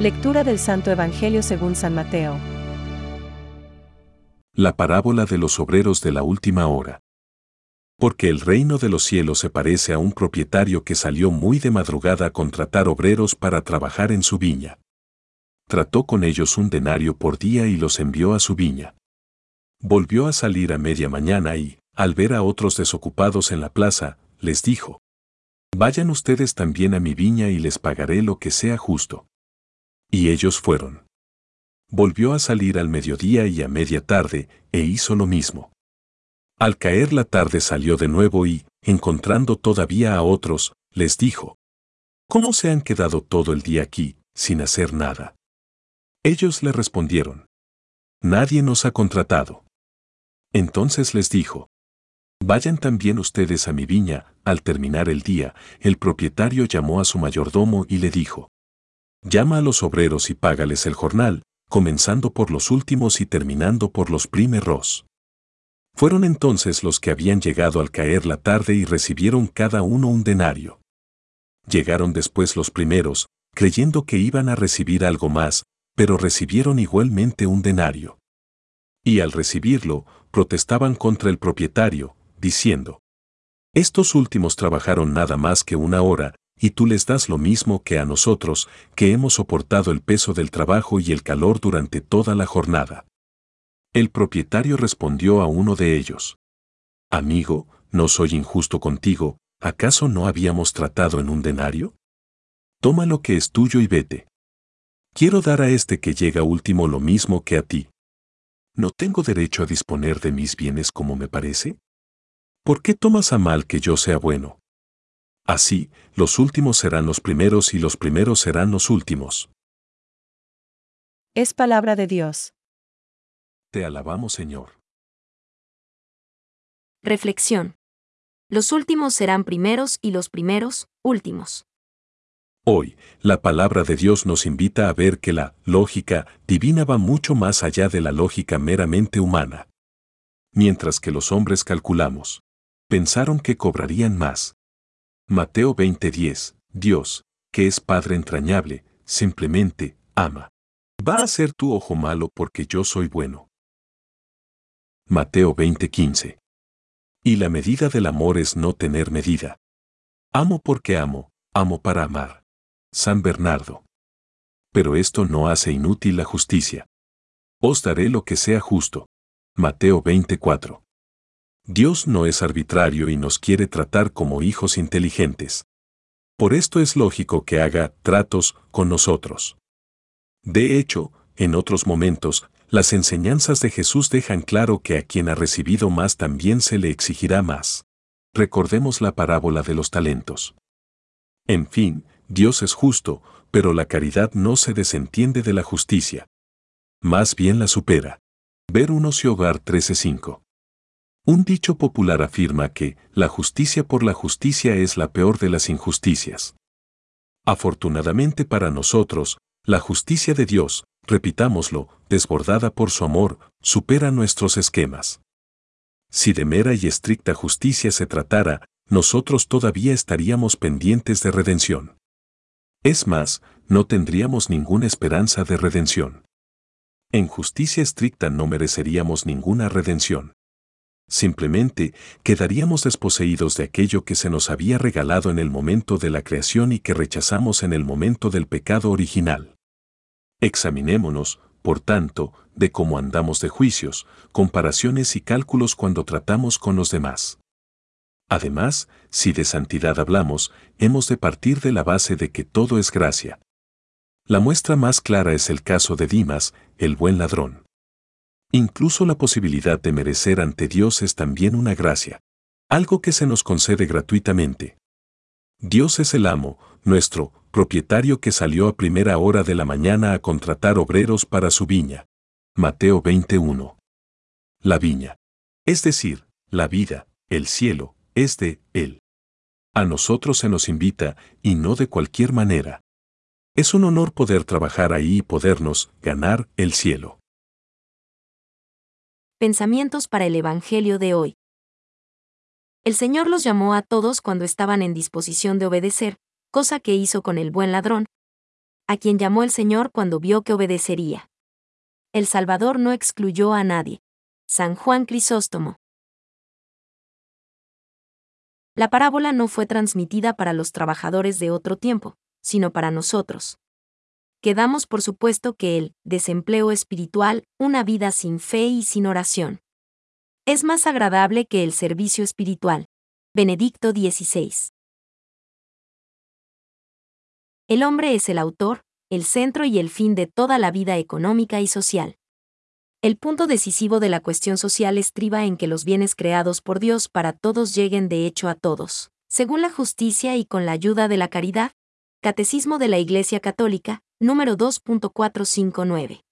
Lectura del Santo Evangelio según San Mateo. La parábola de los obreros de la última hora. Porque el reino de los cielos se parece a un propietario que salió muy de madrugada a contratar obreros para trabajar en su viña. Trató con ellos 1 denario por día y los envió a su viña. Volvió a salir a media mañana y, al ver a otros desocupados en la plaza, les dijo: Vayan ustedes también a mi viña y les pagaré lo que sea justo. Y ellos fueron. Volvió a salir al mediodía y a media tarde, e hizo lo mismo. Al caer la tarde salió de nuevo y, encontrando todavía a otros, les dijo: ¿Cómo se han quedado todo el día aquí, sin hacer nada? Ellos le respondieron: Nadie nos ha contratado. Entonces les dijo: Vayan también ustedes a mi viña. Al terminar el día, el propietario llamó a su mayordomo y le dijo: Llama a los obreros y págales el jornal, comenzando por los últimos y terminando por los primeros. Fueron entonces los que habían llegado al caer la tarde y recibieron cada uno 1 denario. Llegaron después los primeros, creyendo que iban a recibir algo más, pero recibieron igualmente 1 denario. Y al recibirlo, protestaban contra el propietario, diciendo: Estos últimos trabajaron nada más que 1 hora, y tú les das lo mismo que a nosotros, que hemos soportado el peso del trabajo y el calor durante toda la jornada. El propietario respondió a uno de ellos: Amigo, no soy injusto contigo, ¿acaso no habíamos tratado en 1 denario? Toma lo que es tuyo y vete. Quiero dar a este que llega último lo mismo que a ti. ¿No tengo derecho a disponer de mis bienes como me parece? ¿Por qué tomas a mal que yo sea bueno? Así, los últimos serán los primeros y los primeros serán los últimos. Es palabra de Dios. Te alabamos, Señor. Reflexión. Los últimos serán primeros y los primeros, últimos. Hoy, la palabra de Dios nos invita a ver que la lógica divina va mucho más allá de la lógica meramente humana. Mientras que los hombres calculamos, pensaron que cobrarían más. Mateo 20:10, Dios, que es Padre entrañable, simplemente ama. ¿Va a ser tu ojo malo porque yo soy bueno? Mateo 20:15. Y la medida del amor es no tener medida. Amo porque amo para amar. San Bernardo. Pero esto no hace inútil la justicia. Os daré lo que sea justo. Mateo 24. Dios no es arbitrario y nos quiere tratar como hijos inteligentes. Por esto es lógico que haga tratos con nosotros. De hecho, en otros momentos, las enseñanzas de Jesús dejan claro que a quien ha recibido más también se le exigirá más. Recordemos la parábola de los talentos. En fin, Dios es justo, pero la caridad no se desentiende de la justicia. Más bien la supera. Ver 1 Hogar 13:5. Un dicho popular afirma que la justicia por la justicia es la peor de las injusticias. Afortunadamente para nosotros, la justicia de Dios, repitámoslo, desbordada por su amor, supera nuestros esquemas. Si de mera y estricta justicia se tratara, nosotros todavía estaríamos pendientes de redención. Es más, no tendríamos ninguna esperanza de redención. En justicia estricta no mereceríamos ninguna redención. Simplemente quedaríamos desposeídos de aquello que se nos había regalado en el momento de la creación y que rechazamos en el momento del pecado original. Examinémonos, por tanto, de cómo andamos de juicios, comparaciones y cálculos cuando tratamos con los demás. Además, si de santidad hablamos, hemos de partir de la base de que todo es gracia. La muestra más clara es el caso de Dimas, el buen ladrón. Incluso la posibilidad de merecer ante Dios es también una gracia, algo que se nos concede gratuitamente. Dios es el amo, nuestro propietario que salió a primera hora de la mañana a contratar obreros para su viña. Mateo 21. La viña, es decir, la vida, el cielo, es de Él. A nosotros se nos invita, y no de cualquier manera. Es un honor poder trabajar ahí y podernos ganar el cielo. Pensamientos para el Evangelio de hoy. El Señor los llamó a todos cuando estaban en disposición de obedecer, cosa que hizo con el buen ladrón. a quien llamó el Señor cuando vio que obedecería. El Salvador no excluyó a nadie. San Juan Crisóstomo. La parábola no fue transmitida para los trabajadores de otro tiempo, sino para nosotros. Quedamos por supuesto que el desempleo espiritual, una vida sin fe y sin oración, es más agradable que el servicio espiritual. Benedicto XVI. El hombre es el autor, el centro y el fin de toda la vida económica y social. El punto decisivo de la cuestión social estriba en que los bienes creados por Dios para todos lleguen de hecho a todos, según la justicia y con la ayuda de la caridad. Catecismo de la Iglesia Católica, número 2.459.